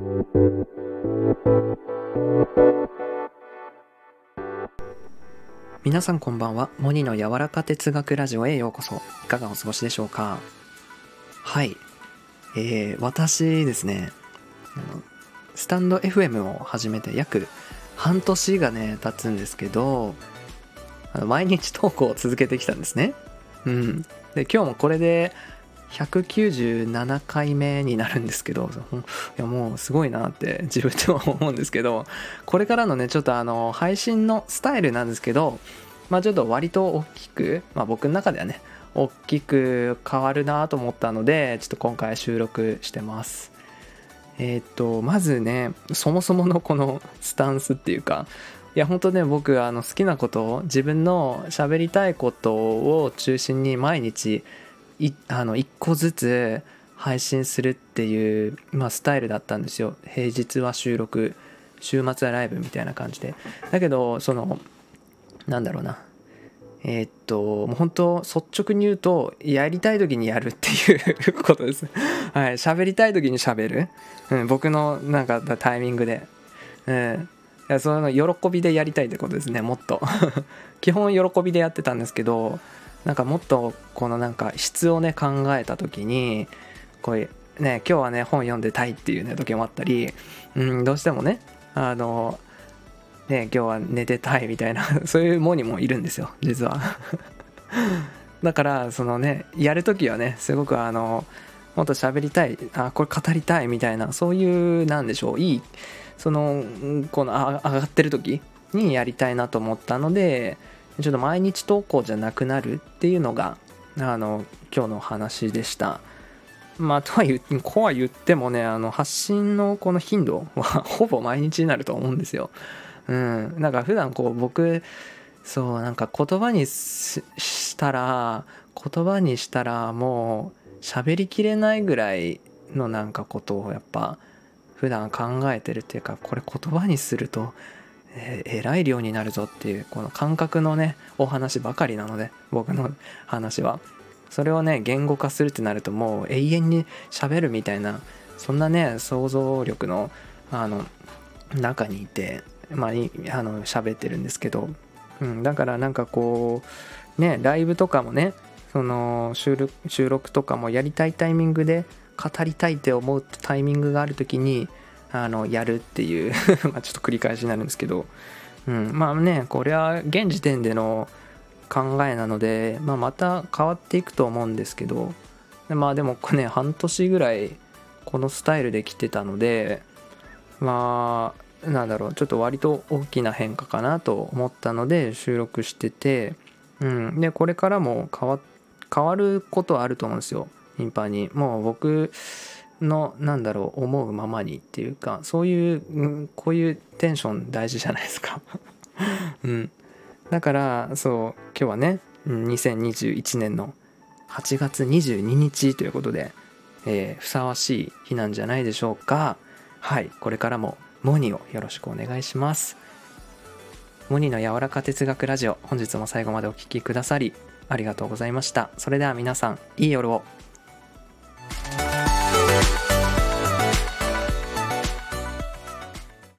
皆さんこんばんは。モニの柔らか哲学ラジオへようこそ。いかがお過ごしでしょうか。はい、私ですね、スタンド FM を始めて約半年がね経つんですけど、毎日投稿を続けてきたんですね。で今日もこれで197回目になるんですけど、いやもうすごいなって自分では思うんですけど、これからのねちょっと配信のスタイルなんですけど、ちょっと割と大きく、僕の中ではね大きく変わるなと思ったので、ちょっと今回収録してます。まずね、そもそものこのスタンスっていうか、いや本当ね、僕好きなことを、自分の喋りたいことを中心に毎日1個ずつ配信するっていう、スタイルだったんですよ。平日は収録、週末はライブみたいな感じで。だけどなんだろうな、もう本当率直に言うと、やりたい時にやるっていうことです。はい、喋りたい時に喋る、僕のなんかタイミングで、いやその喜びでやりたいってことですね。もっと基本喜びでやってたんですけど、なんかもっとこのなんか質をね考えた時に、こういうね、今日はね本読んでたいっていうね時もあったり、どうしてもね今日は寝てたいみたいなそういうモニもいるんですよ、実はだからやるときはね、すごくもっと喋りたい、これ語りたいみたいな、そういうなんでしょう、いいこの上がってる時にやりたいなと思ったので、ちょっと毎日投稿じゃなくなるっていうのが今日の話でした。とは言ってもね、発信のこの頻度はほぼ毎日になると思うんですよ。なんか普段僕なんか言葉にしたらもう喋りきれないぐらいのなんかことをやっぱ普段考えてるっていうか、これ言葉にするとえらい量になるぞっていうこの感覚のねお話ばかりなので、僕の話はそれをね言語化するってなると、もう永遠に喋るみたいな、そんなね想像力の中にいて喋ってるんですけど、だからなんかライブとかもね、収録とかもやりたいタイミングで語りたいって思うタイミングがあるときにやるっていうちょっと繰り返しになるんですけど、これは現時点での考えなので、また変わっていくと思うんですけど、でもね半年ぐらいこのスタイルで来てたので、ちょっと割と大きな変化かなと思ったので収録してて、でこれからも変わることはあると思うんですよ、頻繁に。もう僕の思うままにっていうか、そういう、こういうテンション大事じゃないですかだから今日はね、2021年の8月22日ということで、ふさわしい日なんじゃないでしょうか。はい、これからもモニをよろしくお願いします。モニの柔らか哲学ラジオ、本日も最後までお聞きくださりありがとうございました。それでは皆さん、いい夜を。